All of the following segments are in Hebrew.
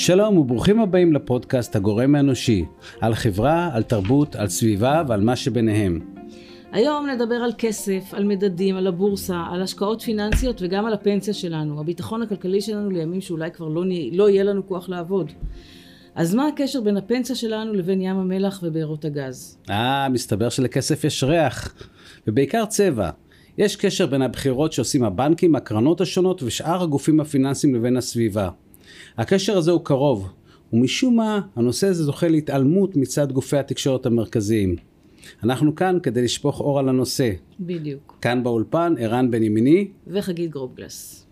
שלום וברוכים הבאים לפודקאסט הגורם האנושי, על חברה, על תרבות, על סביבה ועל מה שביניהם. היום נדבר על כסף, על מדדים, על הבורסה, על השקעות פיננסיות וגם על הפנסיה שלנו, הביטחון הכלכלי שלנו לימים שאולי כבר לא יהיה לנו כוח לעבוד. אז מה הקשר בין הפנסיה שלנו לבין ים המלח ובארות הגז? מסתבר שלכסף יש ריח, ובעיקר צבע. יש קשר בין הבחירות שעושים הבנקים, הקרנות השונות ושאר הגופים הפיננסיים לבין הסביבה. הקשר הזה הוא קרוב, ומשום מה הנושא הזה זוכה להתעלמות מצד גופי התקשורת המרכזיים. אנחנו כאן כדי לשפוך אור על הנושא. בדיוק. כאן באולפן, ערן בן ימיני וחגית גרובגלס.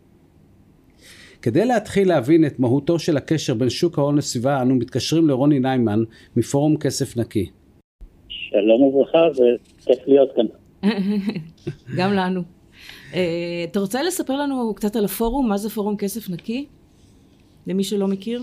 כדי להתחיל להבין את מהותו של הקשר בין שוק ההון לסביבה, אנו מתקשרים לרוני ניימן מפורום כסף נקי. שלום וברכה, זה כיף להיות כאן. גם לנו. אתה רוצה לספר לנו קצת על הפורום? מה זה פורום כסף נקי? למי שלא מכיר?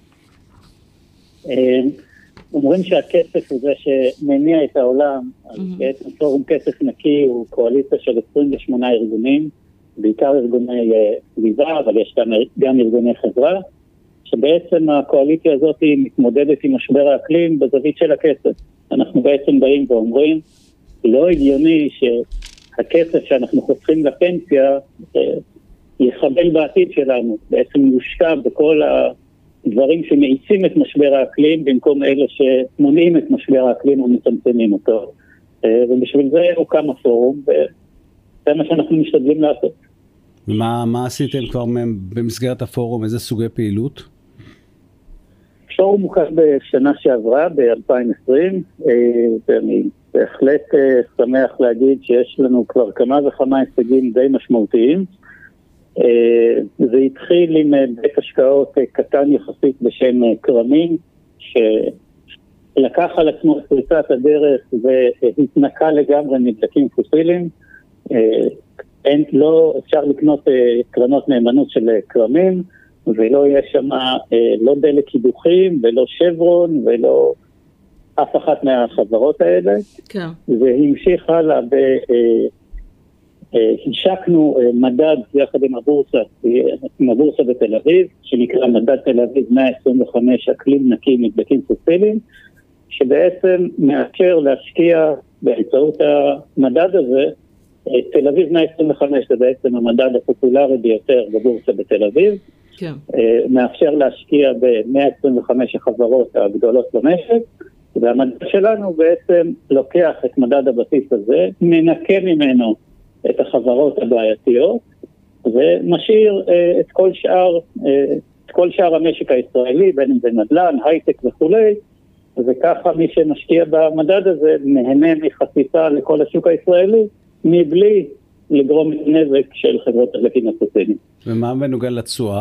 אומרים שהכסף הוא זה שמניע את העולם, אז בעצם פורום כסף נקי הוא קואליציה של 28 ארגונים, בעיקר ארגוני סביבה, אבל יש גם ארגוני חברה, שבעצם הקואליציה הזאת מתמודדת עם משבר האקלים בזווית של הכסף. אנחנו בעצם באים ואומרים, לא הגיוני שהכסף שאנחנו חוסכים לפנסיה יחבל בעתיד שלנו, בעצם יושקע בכל הדברים שמאיצים את משבר האקלים, במקום אלה שמונעים את משבר האקלים ומצמצמים אותו. ובשביל זה הוקם הפורום, וזה מה שאנחנו משתדלים לעשות. מה עשיתם כבר במסגרת הפורום? איזה סוגי פעילות? הפורום הוקם בשנה שעברה, ב-2020, ואני בהחלט שמח להגיד שיש לנו כבר כמה וכמה הישגים די משמעותיים. זה התחיל עם בית השקעות קטן יחסית בשם קרמים, שלקח על עצמו את פריצת הדרך והתנקה לגמרי מדלקים פוסיליים. לא אפשר לקנות קרנות נאמנות של קרמים, ולא יהיה שם לא דלק קידוחים ולא שברון ולא אף אחת מהחברות האלה. כן. והמשיך הלאה השקנו מדד יחד עם הבורסה בתל אביב, שנקרא מדד תל אביב 125 אקלים נקי מדלקים פוסיליים, שבעצם מאפשר להשקיע באמצעות המדד הזה. תל אביב 125 זה בעצם המדד הפופולרי ביותר בבורסה בתל אביב, כן. מאפשר להשקיע ב-125 החברות הגדולות במשק, והמדד שלנו בעצם לוקח את מדד הבסיס הזה, מנקה ממנו את החברות הבעייתיות, ומשאיר את כל שאר המשק הישראלי, בין אם זה נדל"ן, הייטק וכולי, וככה מי שמשקיע במדד הזה נהנה מחשיפה לכל השוק הישראלי, מבלי לגרום נזק של חברות הדלקים הפוסיליים. ומה בנוגע לתשואה?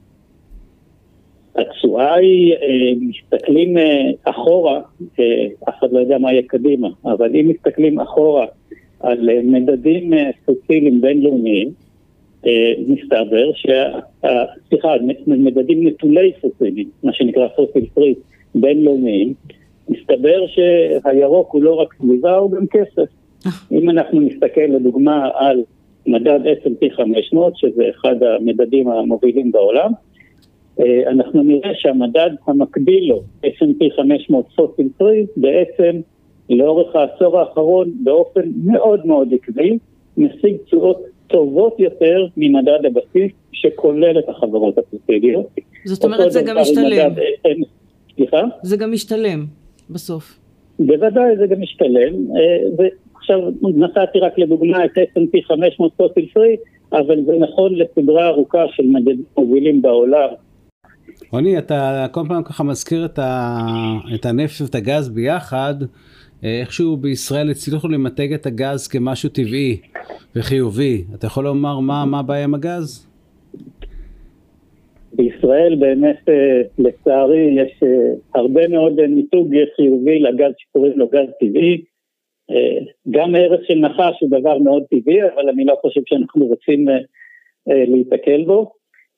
התשואה היא, מסתכלים אחורה, אף אחד לא יודע מה יהיה קדימה, אבל אם מסתכלים אחורה על מדדים פוסיליים בינלאומיים, מסתבר מדדים נטולי פוסיליים, מה שנקרא פוסיל פרי בינלאומיים, מסתבר שהירוק הוא לא רק סביבה, הוא גם כסף. אם אנחנו נסתכל לדוגמה על מדד S&P 500, שזה אחד המדדים המובילים בעולם, אנחנו נראה שהמדד המקביל לו, S&P 500 פוסיל פרי, בעצם לאורך העשור האחרון באופן מאוד מאוד עקבי, משיג תשואות טובות יותר ממדד הבסיס שכולל את החברות הפוסיליות. זאת אומרת זה גם משתלם. סליחה? זה גם משתלם בסוף. בוודאי זה גם משתלם. עכשיו נתתי רק לדוגמה את S&P 500 פוסיל פרי, אבל זה נכון לסדרה ארוכה של מדדים מובילים בעולם. רוני, אתה כל פעם ככה מזכיר את הנפט ואת הגז ביחד, איכשהו בישראל הצליחו למתג את הגז כמשהו טבעי וחיובי. אתה יכול לומר מה הבעיה עם הגז? בישראל באמת לצערי יש הרבה מאוד מיתוג חיובי לגז שקוראים לו גז טבעי. גם הערך של נחש הוא דבר מאוד טבעי, אבל אני לא חושב שאנחנו רוצים להתקל בו.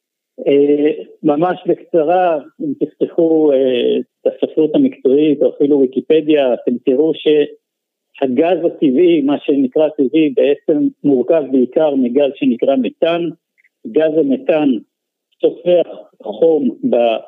ממש בקצרה, אם תפתחו את הספרות המקצועית או אפילו ויקיפדיה, אתם תראו שהגז הטבעי, מה שנקרא טבעי, בעצם מורכב בעיקר מגז שנקרא מתאן. גז המתאן צופח חום ב10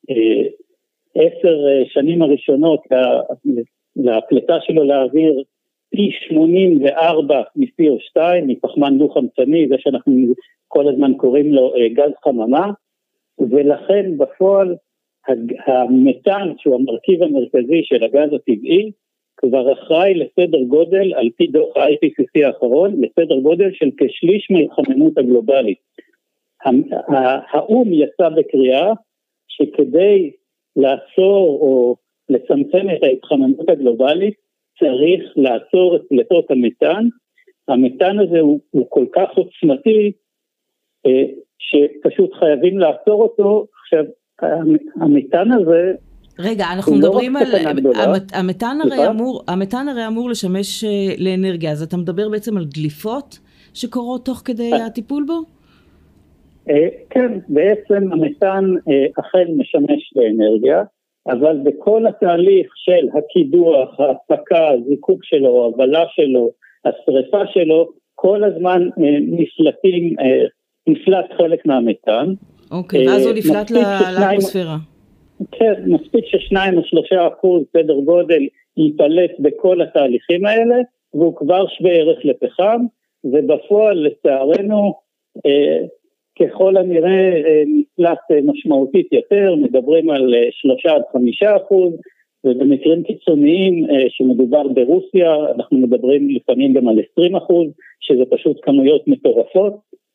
שנים הראשונות לפליטה שלו לאוויר פי 84 מ-CO2, מפחמן דו-חמצני, זה שאנחנו כל הזמן קוראים לו גז חממה, ולכן בפועל המתאן, שהוא המרכיב המרכזי של הגז הטבעי, כבר אחראי לסדר גודל, על פי דוח ה-IPCC האחרון, לסדר גודל של כשליש מההתחממות הגלובלית. האו"ם יצא בקריאה שכדי לעצור או לצמצם את ההתחממות הגלובלית, צריך לעצור את פליטות המתאן. המתאן הזה הוא כל כך עוצמתי, שפשוט חייבים לעצור אותו. עכשיו, המתאן הזה... רגע, אנחנו מדברים על... המתאן הרי אמור לשמש לאנרגיה, אז אתה מדבר בעצם על דליפות שקורות תוך כדי הטיפול בו? כן, בעצם המתאן אכן משמש לאנרגיה, אבל בכל התהליך של הקידוח, ההפקה, הזיקוק שלו, ההובלה שלו, השריפה שלו, כל הזמן נפלט חלק מהמתאן. אוקיי, ואז הוא נפלט לאטמוספירה. כן, מספיק ש2 או 3% סדר גודל ייפלט בכל התהליכים האלה, והוא כבר שווה ערך לפחם, ובפועל לצערנו, ככל הנראה נפלט משמעותית יותר, מדברים על 3-5%, ובמקרים קיצוניים שמדובר ברוסיה, אנחנו מדברים לפעמים גם על 20%, שזה פשוט כמויות מטורפות,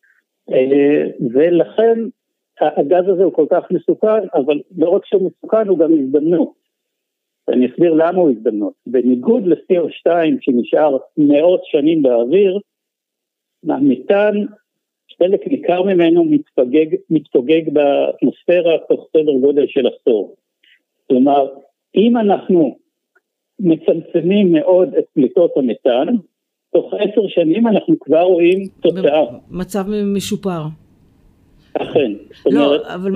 ולכן הגז הזה הוא כל כך מסוכן, אבל לא רק שהוא מסוכן, הוא גם הזדמנות. אני אסביר למה הוא הזדמנות. בניגוד ל-CO2 שנשאר מאות שנים באוויר, המתאן, חלק ניכר ממנו מתפוגג באטמוספירה תוך סדר גודל של עשור. כלומר, אם אנחנו מצמצמים מאוד את פליטות המתאן, תוך 10 שנים אנחנו כבר רואים תוצאה. מצב משופר. אכן. לא, אבל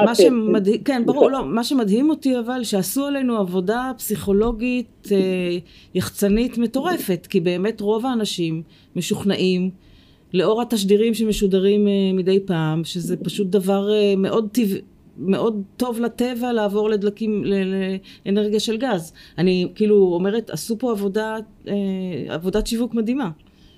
מה שמדהים אותי אבל, שעשו עלינו עבודה פסיכולוגית יחצנית מטורפת, כי באמת רוב האנשים משוכנעים, לאור התשדירים שמשודרים מדי פעם, שזה פשוט דבר מאוד טוב לטבע לעבור לדלקים, לאנרגיה של גז. אני כאילו אומרת, עשו פה עבודת שיווק מדהימה.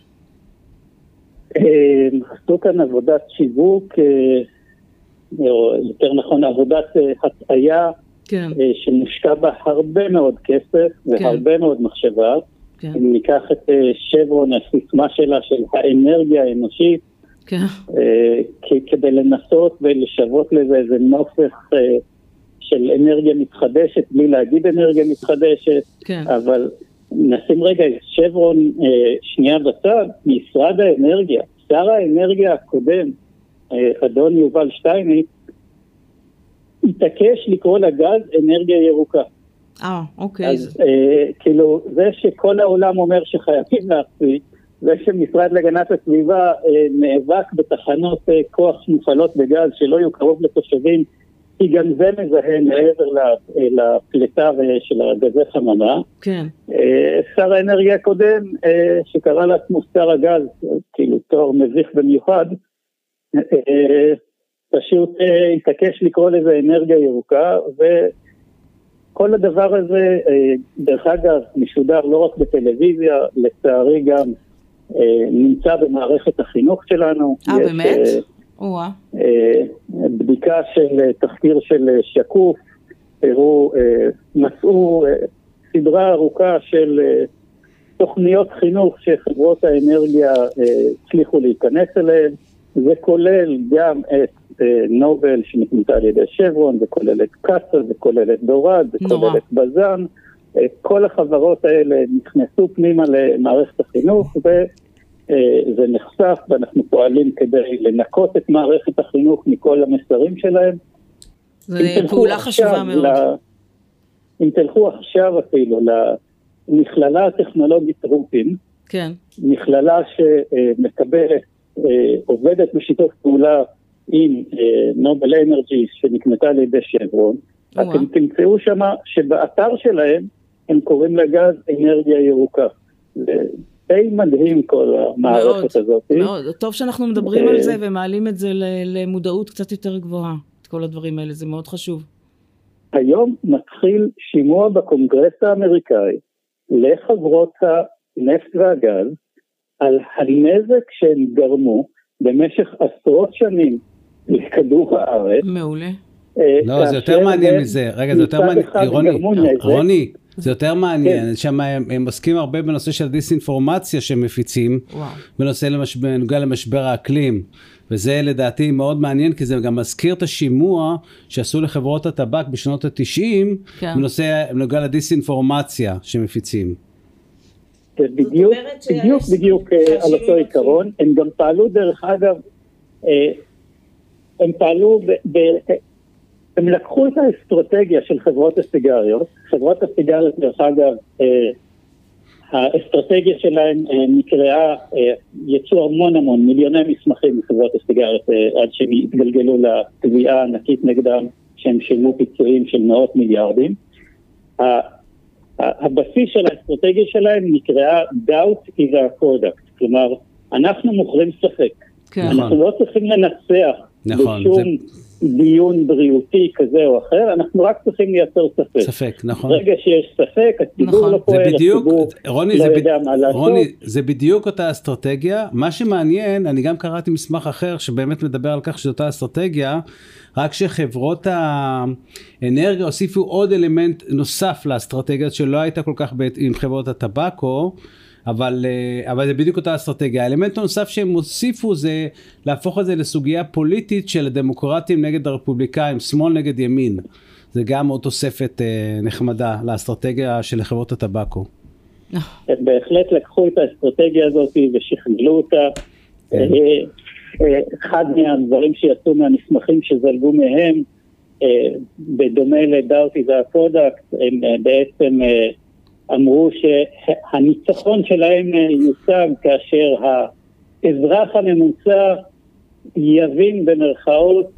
עשו כאן עבודת שיווק, או יותר נכון עבודת הטעיה, שמושקע בה הרבה מאוד כסף והרבה מאוד מחשבה. אם ניקח את שברון, הסיסמה שלה של האנרגיה האנושית, כדי לנסות ולשוות לזה איזה נופך של אנרגיה מתחדשת, בלי להגיד אנרגיה מתחדשת, אבל נשים רגע את שברון שנייה בצד, משרד האנרגיה, שר האנרגיה הקודם, אדון יובל שטייניץ, התעקש לקרוא לגז אנרגיה ירוקה. אוקיי. אז כאילו, זה שכל העולם אומר שחייבים להפסיק, זה שמשרד להגנת הסביבה נאבק בתחנות כוח שמופעלות בגז שלא יהיו קרוב לתושבים, כי גם זה מזהה מעבר לפליטה של הגזי חממה. כן. שר האנרגיה הקודם, שקרא לעצמו שר הגז, כאילו תואר מביך במיוחד, פשוט התעקש לקרוא לזה אנרגיה ירוקה, וכל הדבר הזה, דרך אגב, משודר לא רק בטלוויזיה, לצערי גם נמצא במערכת החינוך שלנו. באמת? בדיקה של תחקיר של שקוף, מצאו סדרה ארוכה של תוכניות חינוך שחברות האנרגיה הצליחו להיכנס אליהן, זה כולל גם את נובל שנקנתה על ידי שברון, זה כולל את קצה, זה כולל את דורד, זה כולל את בזן, כל החברות האלה נכנסו פנימה למערכת החינוך וזה נחשף, ואנחנו פועלים כדי לנקות את מערכת החינוך מכל המסרים שלהם. זה פעולה חשובה מאוד. אם תלכו עכשיו אפילו למכללה הטכנולוגית רופין, כן. מכללה שמקבלת, עובדת בשיתוף פעולה עם נובל אנרג'י שנקנתה על ידי שברון, אתם תמצאו שמה שבאתר שלהם הם קוראים לגז אנרגיה ירוקה. די מדהים כל המערכת הזאת. מאוד, טוב שאנחנו מדברים על זה ומעלים את זה למודעות קצת יותר גבוהה, את כל הדברים האלה, זה מאוד חשוב. היום מתחיל שימוע בקונגרס האמריקאי לחברות הנפט והגז על הנזק שהם גרמו במשך עשרות שנים לכדור הארץ. מעולה. לא, זה יותר מעניין מזה. רגע, זה יותר מעניין. רוני, זה יותר מעניין. שם הם עוסקים הרבה בנושא של דיסאינפורמציה שהם מפיצים, בנוגע למשבר האקלים. וזה לדעתי מאוד מעניין, כי זה גם מזכיר את השימוע שעשו לחברות הטבק בשנות ה-90, בנוגע לדיסאינפורמציה שמפיצים. זה בדיוק על אותו עיקרון. הם גם פעלו דרך אגב, הם לקחו את האסטרטגיה של חברות הסיגריות. חברות הסיגריות דרך אגב, האסטרטגיה שלהם נקראה, יצאו המון מיליוני מסמכים מחברות הסיגריות עד שהם התגלגלו לתביעה הענקית נגדם, שהם שילמו פיצויים של מאות מיליארדים. הבסיס של האסטרטגיה שלהם נקראה doubt is a product, כלומר אנחנו מוכרים ספק, אנחנו לא צריכים לנצח בשום דיון בריאותי כזה או אחר, אנחנו רק צריכים לייצר ספק. נכון. ברגע שיש ספק, הציבור לא פועל, הציבור לא יודע מה לעשות. רוני, זה בדיוק אותה אסטרטגיה. מה שמעניין, אני גם קראתי מסמך אחר שבאמת מדבר על כך שזאת אסטרטגיה, רק שחברות האנרגיה הוסיפו עוד אלמנט נוסף לאסטרטגיה שלא הייתה כל כך עם חברות הטבקו, אבל זה בדיוק אותה אסטרטגיה. האלמנט הנוסף שהם הוסיפו זה להפוך את זה לסוגיה פוליטית של הדמוקרטים נגד הרפובליקאים, שמאל נגד ימין. זה גם עוד תוספת נחמדה לאסטרטגיה של חברות הטבקו. הם בהחלט לקחו את האסטרטגיה הזאת ושכללו אותה. אחד מהדברים שיצאו מהמסמכים שזלגו מהם, בדומה לדאוט איז הפרודקט, הם בעצם אמרו שהניצחון שלהם יושג כאשר האזרח הממוצע יבין במרכאות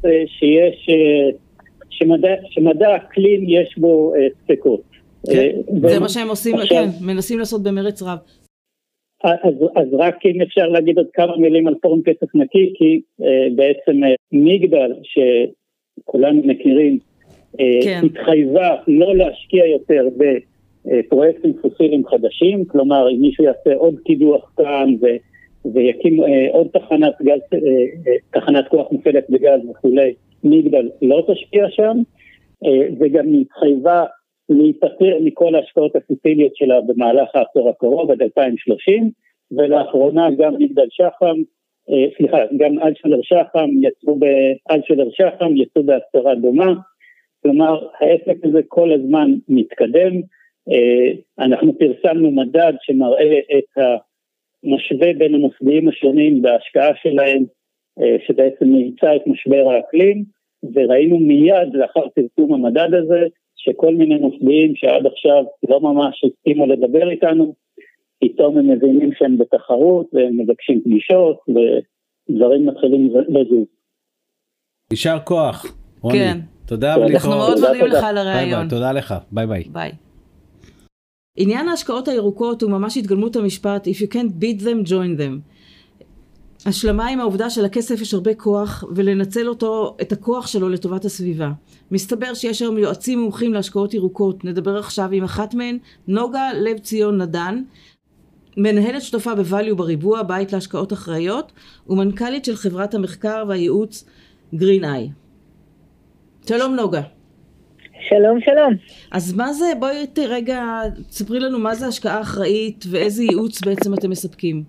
שמדע האקלים יש בו ספקות. זה מה שהם עושים, כן, מנסים לעשות במרץ רב. אז רק אם אפשר להגיד עוד כמה מילים על פורום כסף נקי, כי בעצם מגדל שכולנו מכירים, התחייבה לא להשקיע יותר בפרויקטים פוסיליים חדשים, כלומר אם מישהו יעשה עוד קידוח כאן ויקים עוד תחנת כוח מופעלת בגז וכולי, מגדל לא תשקיע שם, וגם התחייבה להיפטר מכל ההשקעות הפוסיליות שלה במהלך העשור הקרוב עד 2030, ולאחרונה גם מגדל שחם, גם אלטשולר שחם יצאו בהצהרה דומה, כלומר העסק הזה כל הזמן מתקדם. אנחנו פרסמנו מדד שמראה את המשווה בין המוסדיים השונים בהשקעה שלהם, שבעצם נמצא את משבר האקלים, וראינו מיד לאחר פרסום המדד הזה, שכל מיני מוסדיים שעד עכשיו לא ממש הסכימו לדבר איתנו, פתאום הם מבינים שהם בתחרות, והם מבקשים פגישות, ודברים מתחילים לזוז. יישר כוח, רוני. כן. תודה. אנחנו מאוד מודים לך על הרעיון. תודה לך, ביי ביי. ביי. עניין ההשקעות הירוקות הוא ממש התגלמות המשפט, if you can't beat them, join them. השלמה עם העובדה שלכסף יש הרבה כוח, ולנצל אותו, את הכוח שלו לטובת הסביבה. מסתבר שיש היום יועצים מומחים להשקעות ירוקות. נדבר עכשיו עם אחת מהן, נוגה לב ציון נדן, מנהלת שותפה בvalue בריבוע, בית להשקעות אחראיות, ומנכ"לית של חברת המחקר והייעוץ Green Eye. שלום נוגה. שלום, שלום. אז מה זה, בואי רגע, תספרי לנו מה זה השקעה אחראית, ואיזה ייעוץ בעצם אתם מספקים.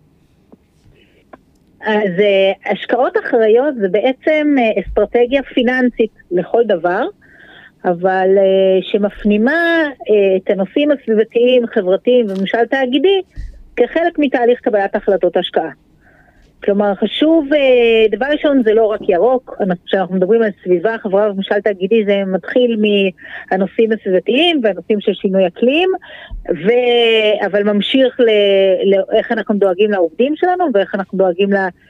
אז השקעות אחראיות זה בעצם אסטרטגיה פיננסית לכל דבר, אבל שמפנימה את הנושאים הסביבתיים, חברתיים וממשל תאגידי כחלק מתהליך קבלת החלטות השקעה. כלומר חשוב, דבר ראשון זה לא רק ירוק, כשאנחנו מדברים על סביבה, חברה וממשל תאגידי זה מתחיל מהנושאים הסביבתיים והנושאים של שינוי אקלים, אבל ממשיך לאיך אנחנו דואגים לעובדים שלנו ואיך אנחנו דואגים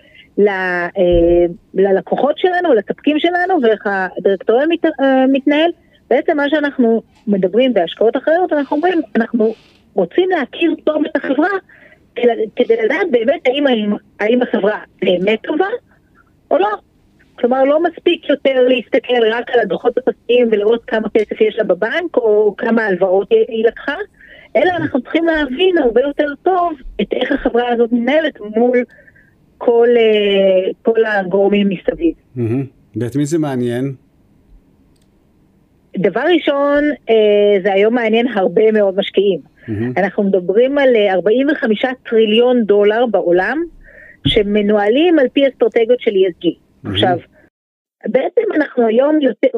ללקוחות שלנו, לספקים שלנו ואיך הדירקטוריון מתנהל. בעצם מה שאנחנו מדברים בהשקעות אחרות, אנחנו אומרים, אנחנו רוצים להכיר טוב את החברה כדי לדעת באמת האם החברה באמת טובה או לא. כלומר, לא מספיק יותר להסתכל רק על הדוחות הכספיים ולראות כמה כסף יש לה בבנק או כמה הלוואות היא לקחה, אלא אנחנו צריכים להבין הרבה יותר טוב את איך החברה הזאת מנהלת מול כל הגורמים מסביב. ואת מי זה מעניין? דבר ראשון, זה היום מעניין הרבה מאוד משקיעים. אנחנו מדברים על 45 טריליון דולר בעולם, שמנוהלים על פי אסטרטגיות של ESG. עכשיו, בעצם אנחנו היום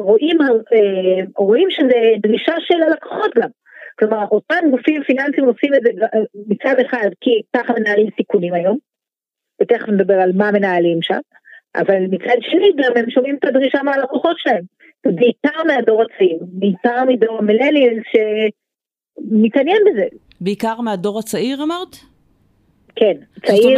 רואים שזה דרישה של הלקוחות גם. כלומר, אותם גופים פיננסיים עושים את זה מצד אחד, כי ככה מנהלים סיכונים היום, ותכף נדבר על מה מנהלים שם, אבל מצד שני גם הם שומעים את הדרישה מהלקוחות שלהם. בעיקר מהדור הצעיר, בעיקר מדור המילניאלס שמתעניין בזה. בעיקר מהדור הצעיר אמרת? כן, צעיר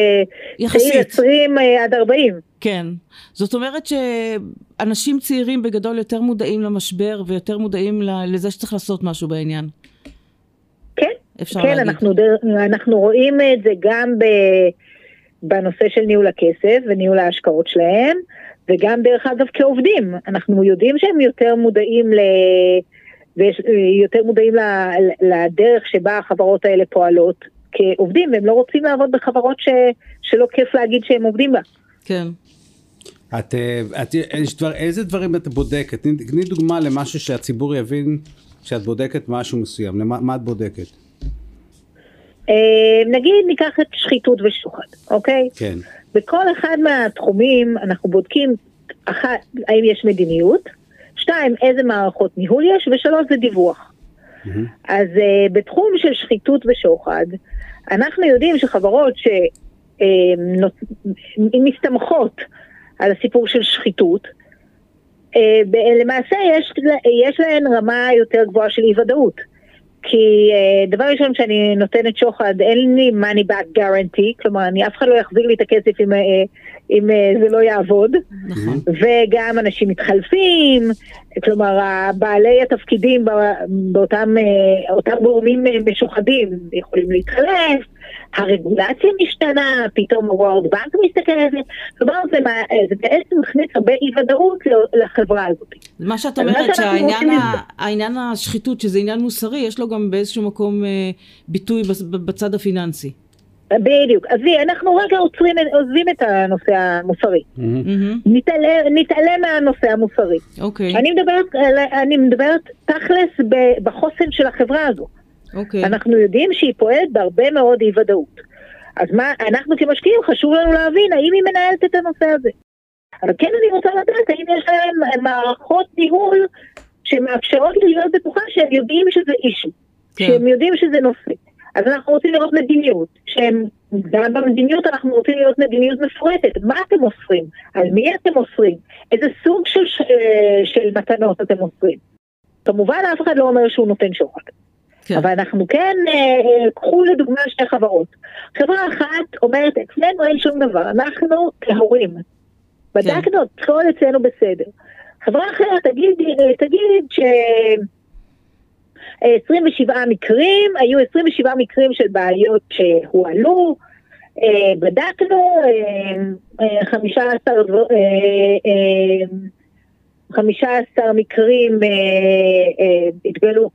20 עד 40. כן, זאת אומרת שאנשים צעירים בגדול יותר מודעים למשבר ויותר מודעים לזה שצריך לעשות משהו בעניין. כן, כן, אנחנו רואים את זה גם בנושא של ניהול הכסף וניהול ההשקעות שלהם, וגם דרך אגב כעובדים. אנחנו יודעים שהם יותר מודעים לדרך שבה החברות האלה פועלות כעובדים, והם לא רוצים לעבוד בחברות שלא כיף להגיד שהם עובדים בה. כן. איזה דברים את בודקת? תני דוגמה למשהו שהציבור יבין שאת בודקת משהו מסוים. מה את בודקת? נגיד ניקח את שחיתות ושוחד, אוקיי? כן. בכל אחד מהתחומים אנחנו בודקים, אחת, האם יש מדיניות, 2, איזה מערכות ניהול יש, ו3, זה דיווח. אז בתחום של שחיתות ושוחד, אנחנו יודעים שחברות שמסתמכות על הסיפור של שחיתות, למעשה יש להן רמה יותר גבוהה של אי-ודאות. כי דבר ראשון שאני נותנת שוחד, אין לי money back guarantee, כלומר אף אחד לא יחזיר לי את הכסף אם זה לא יעבוד, וגם אנשים מתחלפים, כלומר בעלי התפקידים באותם גורמים משוחדים יכולים להתחלף, הרגולציה משתנה, פתאום הוורד בנק מסתכל על זה, כלומר זה בעצם מכניס הרבה אי ודאות לחברה הזאת. מה שאת אומרת שהעניין השחיתות, שזה עניין מוסרי, יש לו גם באיזשהו מקום ביטוי בצד הפיננסי. בדיוק, אז אנחנו רגע עוזבים את הנושא המוסרי, נתעלם מהנושא המוסרי. אני מדברת תכלס בחוסן של החברה הזו. אנחנו יודעים שהיא פועלת בהרבה מאוד אי ודאות. אז מה, אנחנו כמשקיעים חשוב לנו להבין האם היא מנהלת את הנושא הזה. אבל כן אני רוצה לדעת האם יש להם מערכות ניהול שמאפשרות לי להיות בטוחה שהם יודעים שזה אישו, שהם יודעים שזה נושא. אז אנחנו רוצים לראות מדיניות, גם במדיניות אנחנו רוצים לראות מדיניות מפורטת. מה אתם מוסרים? על מי אתם מוסרים? איזה סוג של מתנות אתם מוסרים? כמובן אף אחד לא אומר שהוא נותן שוחד. אבל אנחנו כן, קחו לדוגמה שתי חברות. חברה אחת אומרת, אצלנו אין שום דבר, אנחנו כהורים. בדקנו, כל אצלנו בסדר. חברה אחרת תגיד ש... 27 מקרים, היו 27 מקרים של בעיות שהועלו, בדקנו 15 מקרים התגלו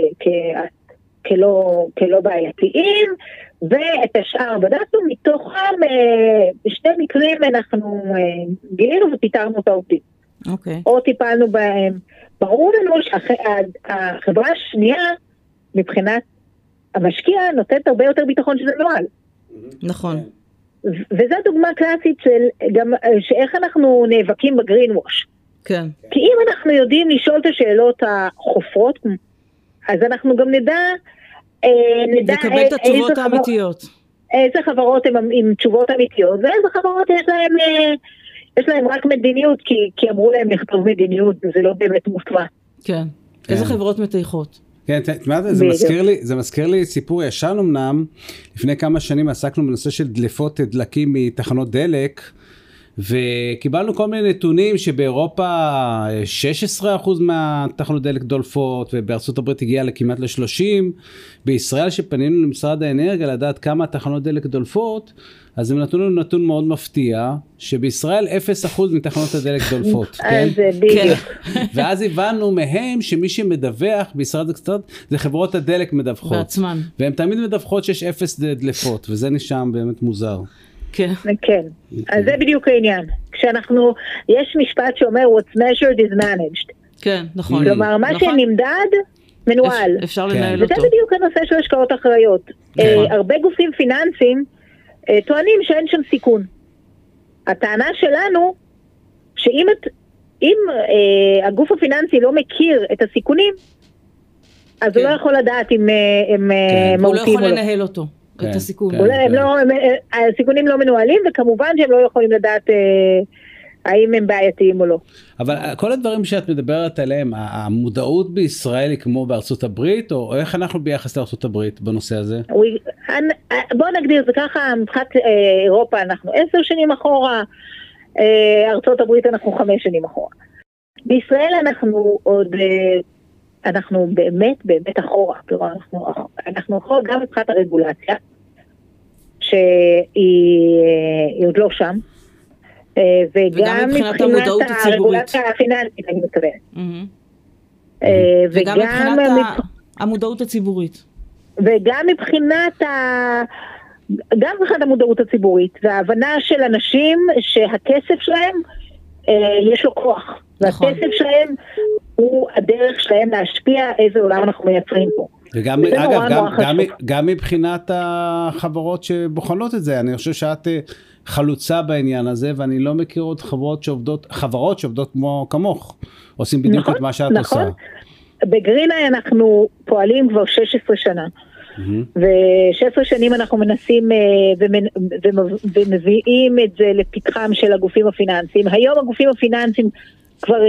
כלא בעייתיים, ואת השאר בדקנו, מתוכם 2 מקרים אנחנו גילינו ופיתרנו את העובדים. או טיפלנו בהם. ברור לנו שהחברה השנייה, מבחינת המשקיע, נותנת הרבה יותר ביטחון שזה נועל. נכון. וזו דוגמה קלאסית שאיך אנחנו נאבקים בגרין ווש. כן. כי אם אנחנו יודעים לשאול את השאלות החופרות, אז אנחנו גם נדע לקבל את התשובות האמיתיות. איזה חברות הן עם תשובות אמיתיות, ואיזה חברות יש להם רק מדיניות, כי אמרו להם לכתוב מדיניות, וזה לא באמת מוטמע. כן. איזה חברות מתייחות? כן, זה מזכיר לי סיפור ישן אמנם, לפני כמה שנים עסקנו בנושא של דלפות דלקים מתחנות דלק, וקיבלנו כל מיני נתונים שבאירופה 16% מהתחנות דלק דולפות, ובארצות הברית הגיעה לכמעט ל-30%. בישראל שפנינו למשרד האנרגיה לדעת כמה תחנות דלק דולפות, אז הם נתנו לנו נתון מאוד מפתיע, שבישראל 0% מתחנות הדלק דולפות. אז בדיוק. ואז הבנו מהם שמי שמדווח בישראל זה חברות הדלק מדווחות. בעצמן. והם תמיד מדווחות שיש 0 דלפות, וזה נשמע באמת מוזר. כן. כן, אז זה בדיוק העניין. יש משפט שאומר, what's measured is managed. כן, נכון. כלומר, מה שנמדד, מנוהל. אפשר לנהל אותו. וזה בדיוק הנושא של השקעות אחראיות. הרבה גופים פיננסיים טוענים שאין שם סיכון. הטענה שלנו, שאם הגוף הפיננסי לא מכיר את הסיכונים, אז הוא לא יכול לדעת אם הם מהותיים או לא. הוא לא יכול לנהל אותו. את הסיכון. הסיכונים לא מנוהלים, וכמובן שהם לא יכולים לדעת האם הם בעייתיים או לא. אבל כל הדברים שאת מדברת עליהם, המודעות בישראל היא כמו בארצות הברית, או איך אנחנו ביחס לארצות הברית בנושא הזה? בוא נגדיר זה ככה, מבחינת אירופה אנחנו 10 שנים אחורה, ארצות הברית אנחנו 5 שנים אחורה. בישראל אנחנו באמת אחורה, כלומר אנחנו אחורה גם מבחינת הרגולציה, שהיא עוד לא שם, וגם מבחינת הרגולציה הפיננסית, אני מתכוונת. וגם מבחינת המודעות הציבורית. וגם מבחינת המודעות הציבורית, וההבנה של אנשים שהכסף שלהם יש לו כוח, והכסף שלהם הוא הדרך שלהם להשפיע איזה עולם אנחנו מייצרים פה. וגם, אגב, גם מבחינת החברות שבוחנות את זה, אני חושב שאת חלוצה בעניין הזה, ואני לא מכיר עוד חברות שעובדות כמוך, עושים בדיוק את מה שאת עושה. בגרינאי אנחנו פועלים כבר 16 שנה, ו16 שנים אנחנו מנסים ומביאים את זה לפתחם של הגופים הפיננסיים. היום הגופים הפיננסיים כבר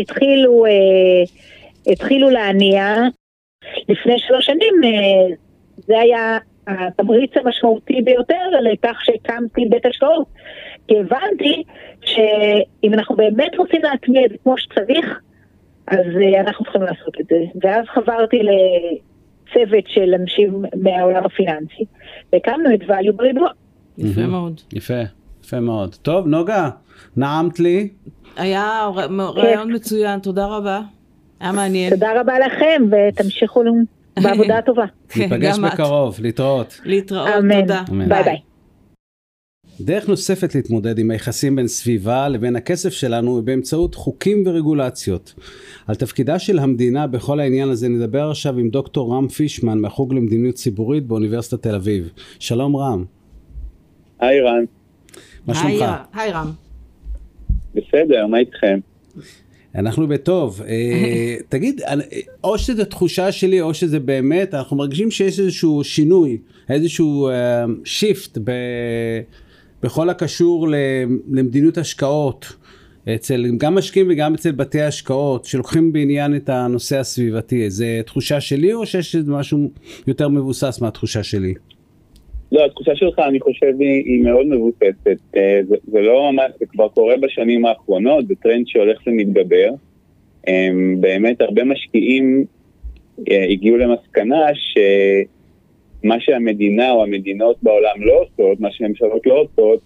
התחילו להניע. לפני 3 שנים זה היה התמריץ המשמעותי ביותר לכך שהקמתי בית השקעות, כי הבנתי שאם אנחנו באמת רוצים להטמיע את זה כמו שצריך, אז אנחנו צריכים לעשות את זה. ואז חברתי לצוות של אנשים מהעולם הפיננסי, והקמנו את value בריבוע. יפה מאוד. יפה מאוד. טוב, נוגה, נעמת לי. היה רעיון מצוין, תודה רבה. היה מעניין. תודה רבה לכם, ותמשיכו בעבודה הטובה. ניפגש בקרוב, להתראות. תודה. ביי ביי. דרך נוספת להתמודד עם היחסים בין סביבה לבין הכסף שלנו היא באמצעות חוקים ורגולציות. על תפקידה של המדינה בכל העניין הזה נדבר עכשיו עם דוקטור רם פישמן מהחוג למדיניות ציבורית באוניברסיטת תל אביב. שלום רם. היי רם. מה שלומך? היי רם. בסדר, מה איתכם? אנחנו בטוב. תגיד, או שזה תחושה שלי או שזה באמת, אנחנו מרגישים שיש איזשהו שינוי, איזשהו שיפט בכל הקשור למדיניות השקעות, אצל גם משקיעים וגם אצל בתי השקעות, שלוקחים בעניין את הנושא הסביבתי. זה תחושה שלי או שיש משהו יותר מבוסס מהתחושה שלי? לא, התחושה שלך אני חושב היא מאוד מבוססת. זה לא ממש, זה כבר קורה בשנים האחרונות, זה טרנד שהולך ומתגבר. באמת הרבה משקיעים הגיעו למסקנה שמה שהמדינה או המדינות בעולם לא עושות, מה שהממשלות לא עושות,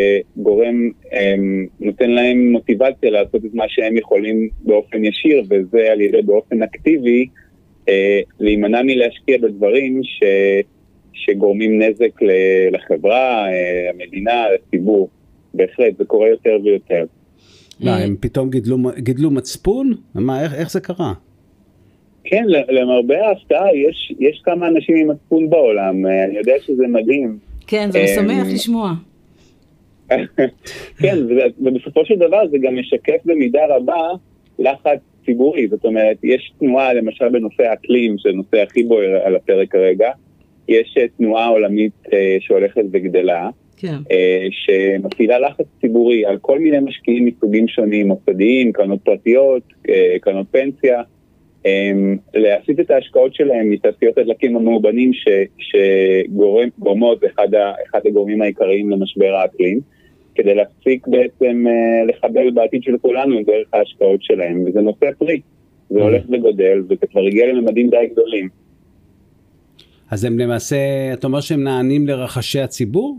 נותן להם מוטיבציה לעשות את מה שהם יכולים באופן ישיר, וזה על ידי באופן אקטיבי, להימנע מלהשקיע בדברים שגורמים נזק לחברה, המדינה, לציבור. בהחלט, זה קורה יותר ויותר. הם פתאום גידלו מצפון? איך זה קרה? כן, למרבה ההפתעה, יש כמה אנשים עם מצפון בעולם. אני יודע שזה מדהים. כן, זה משמח לשמוע. כן, ובסופו של דבר זה גם משקף במידה רבה לחץ ציבורי. זאת אומרת, יש תנועה, למשל בנושא האקלים, שזה נושא הכי בוער על הפרק כרגע, יש תנועה עולמית שהולכת וגדלה, כן. שמפעילה לחץ ציבורי על כל מיני משקיעים מסוגים שונים, מוסדיים, קרנות פרטיות, קרנות פנסיה, להסיט את ההשקעות שלהם מתעשיות הדלקים המאובנים שגורמות אחד הגורמים העיקריים למשבר האקלים, כדי להפסיק בעצם לחבל בעתיד של כולנו דרך ההשקעות שלהם, וזה נושא פרי, זה הולך וגודל, וזה כבר הגיע לממדים די גדולים. אז הם למעשה, אתה אומר שהם נענים לרחשי הציבור?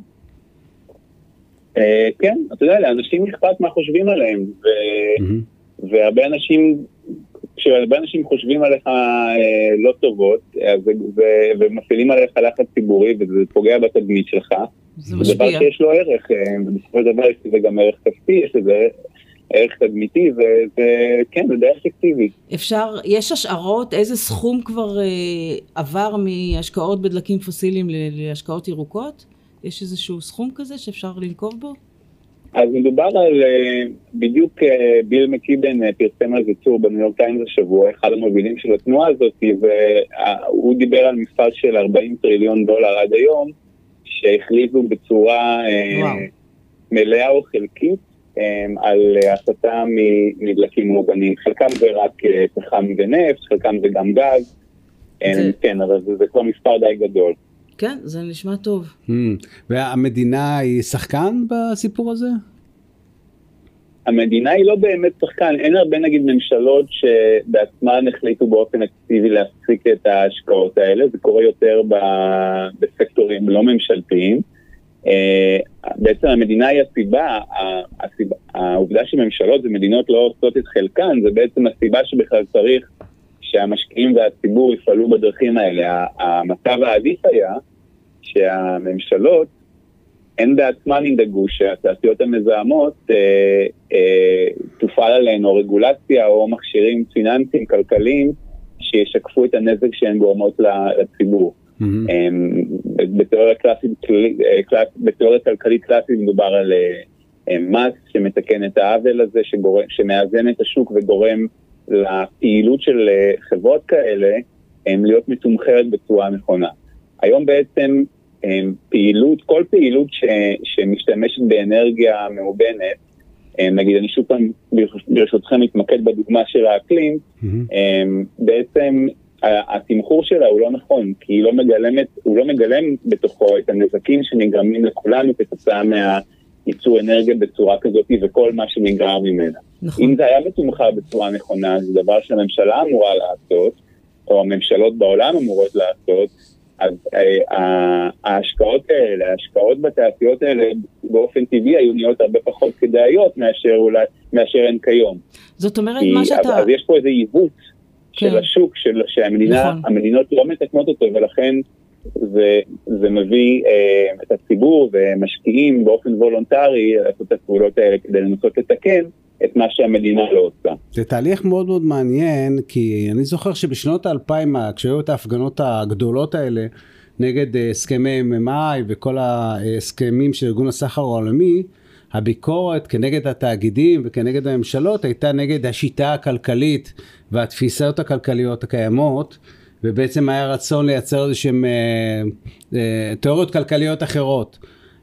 כן, אתה יודע, לאנשים אכפת מה חושבים עליהם, והרבה אנשים, כשהרבה אנשים חושבים עליך לא טובות, ומפעילים עליך לחץ ציבורי, וזה פוגע בתדמית שלך, זה משפיע. דבר שיש לו ערך, ובסופו של דבר יש לזה גם ערך כספי, יש לזה ערך תדמיתי, וכן, זה די אפקטיבי. יש השערות, איזה סכום כבר עבר מהשקעות בדלקים פוסיליים להשקעות ירוקות? יש איזשהו סכום כזה שאפשר לנקוב בו? אז מדובר על, בדיוק ביל מקיבן פרסם על זה טור בניו יורק טיימס השבוע, אחד המובילים של התנועה הזאת, והוא דיבר על מספר של 40 טריליון דולר עד היום, שהחליטו בצורה מלאה או חלקית על הסטה מדלקים מוגנים. חלקם זה רק פחם ונפט, חלקם זה גם גז, כן, אבל זה כבר מספר די גדול. כן, זה נשמע טוב. והמדינה היא שחקן בסיפור הזה? המדינה היא לא באמת שחקן, אין הרבה נגיד ממשלות שבעצמן החליטו באופן אקטיבי להפסיק את ההשקעות האלה, זה קורה יותר בסקטורים לא ממשלתיים. בעצם המדינה היא הסיבה, העובדה שממשלות ומדינות לא עושות את חלקן, זה בעצם הסיבה שבכלל צריך שהמשקיעים והציבור יפעלו בדרכים האלה. המצב העדיף היה שהממשלות הן בעצמן ינדגו שהתעשיות המזהמות תופעל עליהן או רגולציה או מכשירים פיננסיים כלכליים שישקפו את הנזק שהן גורמות לציבור. בתיאוריה כלכלית קלאסית מדובר על מס שמתקן את העוול הזה, שמאזן את השוק וגורם לפעילות של חברות כאלה להיות מתומחרת בצורה נכונה. היום בעצם כל פעילות שמשתמשת באנרגיה מאובנת, נגיד אני שוב פעם ברשותכם מתמקד בדוגמה של האקלים, בעצם התמחור שלה הוא לא נכון, כי הוא לא מגלם בתוכו את הנזקים שנגרמים לכולנו כתוצאה ייצור אנרגיה בצורה כזאת וכל מה שנגרר ממנה. נכון. אם זה היה מתומחר בצורה נכונה, זה דבר שהממשלה אמורה לעשות, או הממשלות בעולם אמורות לעשות, אז ההשקעות האלה, ההשקעות בתעשיות האלה באופן טבעי היו נהיות הרבה פחות כדאיות מאשר הן כיום. זאת אומרת מה שאתה... אז יש פה איזה עיוות של השוק, שהמדינות לא מתקנות אותו, ולכן זה מביא את הציבור ומשקיעים באופן וולונטרי לעשות את הפעולות האלה כדי לנסות לתקן את מה שהמדינה לא עושה. זה תהליך מאוד מאוד מעניין, כי אני זוכר שבשנות ה-2000, כשהיו את ההפגנות הגדולות האלה נגד הסכמי MMI וכל ההסכמים של ארגון הסחר העולמי, הביקורת כנגד התאגידים וכנגד הממשלות הייתה נגד השיטה הכלכלית והתפיסות הכלכליות הקיימות, ובעצם היה רצון לייצר איזשהם תיאוריות כלכליות אחרות.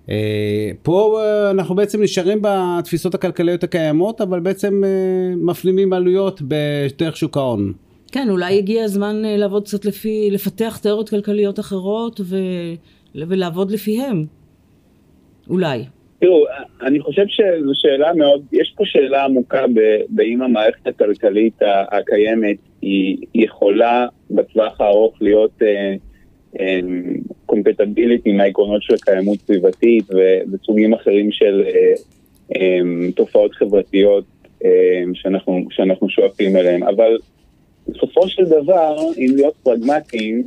פה אנחנו בעצם נשארים בתפיסות הכלכליות הקיימות, אבל בעצם מפנימים עלויות בדרך שוק ההון. כן, אולי הגיע הזמן לעבוד קצת לפתח תיאוריות כלכליות אחרות ולעבוד לפיהם. אולי. תראו, אני חושב שזו שאלה מאוד, יש פה שאלה עמוקה באם המערכת הכלכלית הקיימת היא יכולה בטווח הארוך להיות קומפטבילית עם העקרונות של קיימות סביבתית וסוגים אחרים של תופעות חברתיות שאנחנו שואפים אליהם. אבל בסופו של דבר, אם להיות פרגמטיים,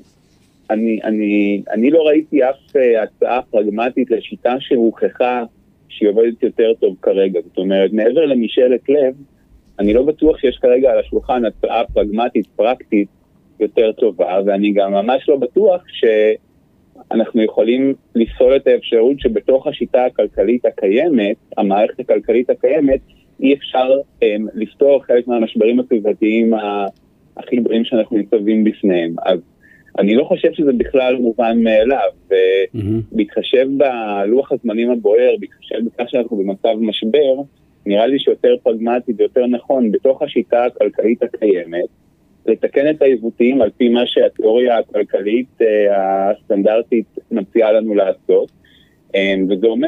אני לא ראיתי אף הצעה פרגמטית לשיטה שהוכחה שהיא עובדת יותר טוב כרגע. זאת אומרת, מעבר למשאלת לב, אני לא בטוח שיש כרגע על השולחן הצעה פרגמטית, פרקטית, יותר טובה, ואני גם ממש לא בטוח שאנחנו יכולים לפסול את האפשרות שבתוך השיטה הכלכלית הקיימת, המערכת הכלכלית הקיימת, אי אפשר לפתור חלק מהמשברים הסביבתיים הכי גדולים שאנחנו ניצבים בפניהם. אז אני לא חושב שזה בכלל מובן מאליו, ובהתחשב בלוח הזמנים הבוער, בהתחשב בכך שאנחנו במצב משבר, נראה לי שיותר פרגמטי ויותר נכון בתוך השיטה הכלכלית הקיימת, לתקן את העיוותים על פי מה שהתיאוריה הכלכלית הסטנדרטית מציעה לנו לעשות, וזה אומר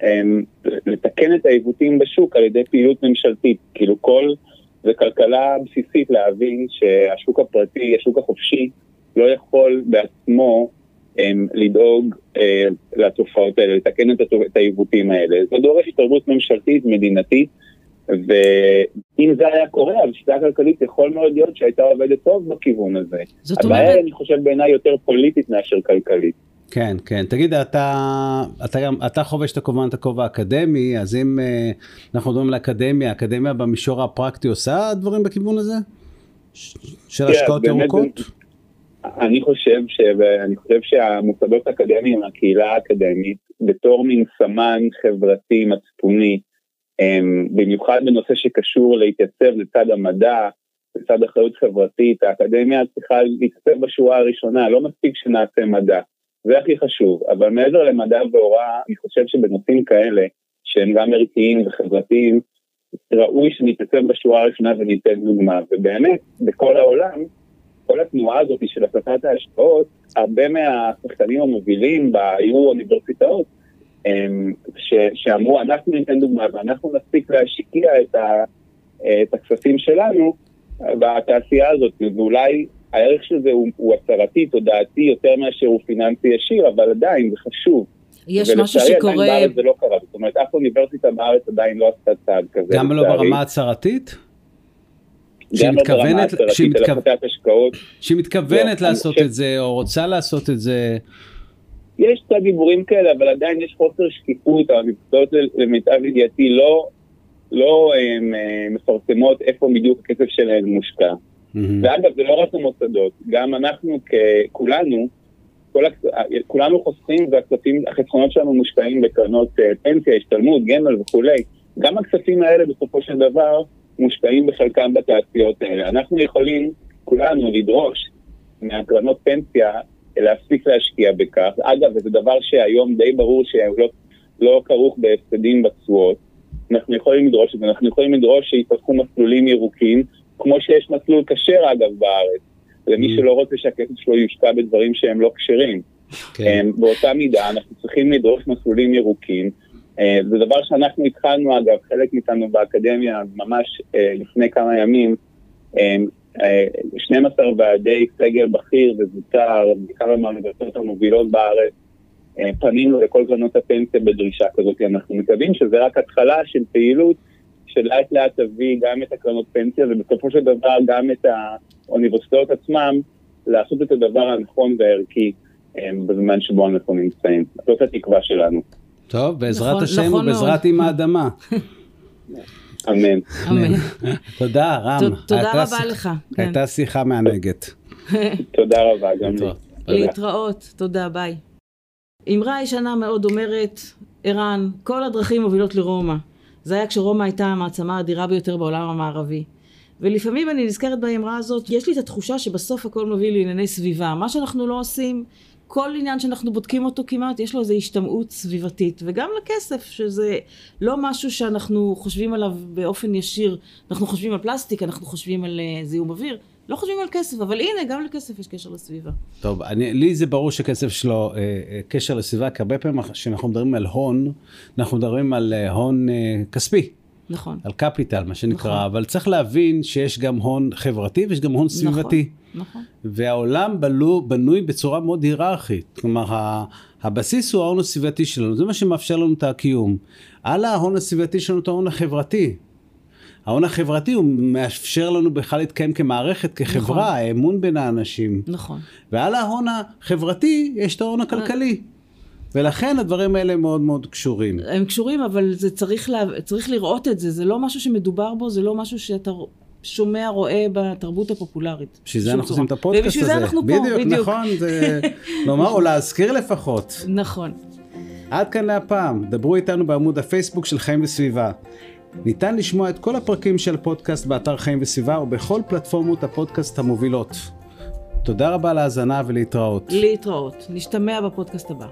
לתקן את העיוותים בשוק על ידי פעילות ממשלתית. כאילו זה כלכלה בסיסית להבין שהשוק הפרטי, השוק החופשי, לא יכול בעצמו לדאוג לתופעות האלה, לתקן את העיוותים האלה. זה דורש התערבות ממשלתית, מדינתית, ואם זה היה קורה, השיטה הכלכלית יכול מאוד להיות שהייתה עובדת טוב בכיוון הזה. הבעיה, אני חושב, בעיניי יותר פוליטית מאשר כלכלית. כן, כן. תגיד, אתה חובש את הכובע האקדמי, אז אם אנחנו מדברים על האקדמיה במישור הפרקטי עושה דברים בכיוון הזה? של השקעות ירוקות? אני חושב שהמוסדות האקדמיים, הקהילה האקדמית, בתור מין סמן חברתי מצפוני, במיוחד בנושא שקשור להתייצב לצד המדע, לצד אחריות חברתית, האקדמיה צריכה להתייצב בשורה הראשונה, לא מספיק שנעשה מדע, זה הכי חשוב, אבל מעבר למדע והוראה, אני חושב שבנושאים כאלה, שהם גם ערכיים וחברתיים, ראוי שנתייצב בשורה הראשונה וניתן דוגמה, ובאמת, בכל העולם, כל התנועה הזאת של הפחתת ההשקעות, הרבה מהשחקנים המובילים היו אוניברסיטאות, שאמרו, אנחנו ניתן דוגמה, ואנחנו נספיק להשקיע את הכספים שלנו בתעשייה הזאת, ואולי הערך של זה הוא הצהרתי, תודעתי, יותר מאשר הוא פיננסי ישיר, אבל עדיין זה חשוב. יש משהו שקורה... ולצערי עדיין בארץ זה לא קרה, זאת אומרת, אף אוניברסיטה בארץ עדיין לא עשתה צעד כזה. גם לא ברמה הצהרתית? גם לא ברמה הצהרתית, אלא הפחתת השקעות. שהיא מתכוונת לעשות את זה, או רוצה לעשות את זה... יש קצת דיבורים כאלה, אבל עדיין יש חוסר שקיפות, האוניברסיטאות למיטב ידיעתי לא מפרסמות איפה בדיוק הכסף שלהן מושקע. ואגב, זה לא רק המוסדות, גם אנחנו כולנו חוסכים, והחסכונות שלנו מושקעים בקרנות פנסיה, השתלמות, גמל וכולי. גם הכספים האלה בסופו של דבר מושקעים בחלקם בתעשיות האלה. אנחנו יכולים כולנו לדרוש מהקרנות פנסיה להפסיק להשקיע בכך. אגב, זה דבר שהיום די ברור שלא כרוך בהפסדים בתשואות. אנחנו יכולים לדרוש את זה, אנחנו יכולים לדרוש שיפתחו מסלולים ירוקים, כמו שיש מסלול כשר אגב בארץ, למי שלא רוצה שהכסף שלו יושקע בדברים שהם לא כשרים. באותה מידה אנחנו צריכים לדרוש מסלולים ירוקים, זה דבר שאנחנו התחלנו אגב, חלק מאיתנו באקדמיה ממש לפני כמה ימים, 12 ועדי סגל בכיר וזוטר, בכמה מהאוניברסיטאות המובילות בארץ, פנינו לכל קרנות הפנסיה בדרישה כזאת. אנחנו מקווים שזה רק התחלה של פעילות שלאט לאט תביא גם את הקרנות פנסיה, ובסופו של דבר גם את האוניברסיטאות עצמם, לעשות את הדבר הנכון והערכי בזמן שבו אנחנו נמצאים. זאת התקווה שלנו. טוב, בעזרת השם ובעזרת עם האדמה. אמן. אמן. תודה, רם. תודה רבה לך. הייתה שיחה מענגת. תודה רבה, גם לי. להתראות, תודה, ביי. אמרה ישנה מאוד אומרת, ערן, כל הדרכים מובילות לרומא. זה היה כשרומא הייתה המעצמה האדירה ביותר בעולם המערבי. ולפעמים אני נזכרת באמרה הזאת, יש לי את התחושה שבסוף הכל מוביל לענייני סביבה. מה שאנחנו לא עושים, כל עניין שאנחנו בודקים אותו כמעט, יש לו איזו השתמעות סביבתית. וגם לכסף, שזה לא משהו שאנחנו חושבים עליו באופן ישיר. אנחנו חושבים על פלסטיק, אנחנו חושבים על זיהום אוויר. לא חושבים על כסף, אבל הנה, גם לכסף יש קשר לסביבה. טוב, לי זה ברור שכסף שלו קשר לסביבה, כי הרבה פעמים כשאנחנו מדברים על הון, אנחנו מדברים על הון כספי. נכון. על קפיטל, מה שנקרא, אבל צריך להבין שיש גם הון חברתי ויש גם הון סביבתי. נכון. והעולם בנוי בצורה מאוד היררכית. כלומר, הבסיס הוא ההון הסביבתי שלנו, זה מה שמאפשר לנו את הקיום. על ההון הסביבתי שלנו את ההון החברתי. ההון החברתי הוא מאפשר לנו בכלל להתקיים כמערכת, כחברה, נכון. האמון בין האנשים. נכון. ועל ההון החברתי יש את ההון הכלכלי. ולכן הדברים האלה מאוד מאוד קשורים. הם קשורים, אבל זה צריך לראות את זה. זה לא משהו שמדובר בו, זה לא משהו שאתה שומע, רואה בתרבות הפופולרית. בשביל זה אנחנו עושים את הפודקאסט הזה. ובשביל זה אנחנו פה, בדיוק. נכון, זה לומר או להזכיר לפחות. נכון. עד כאן להפעם, דברו איתנו בעמוד הפייסבוק של חיים וסביבה. ניתן לשמוע את כל הפרקים של הפודקאסט באתר חיים וסביבה ובכל פלטפורמות הפודקאסט המובילות. תודה רבה על ההאזנה ולהתראות. להתראות. נשתמע בפודקאסט הבא.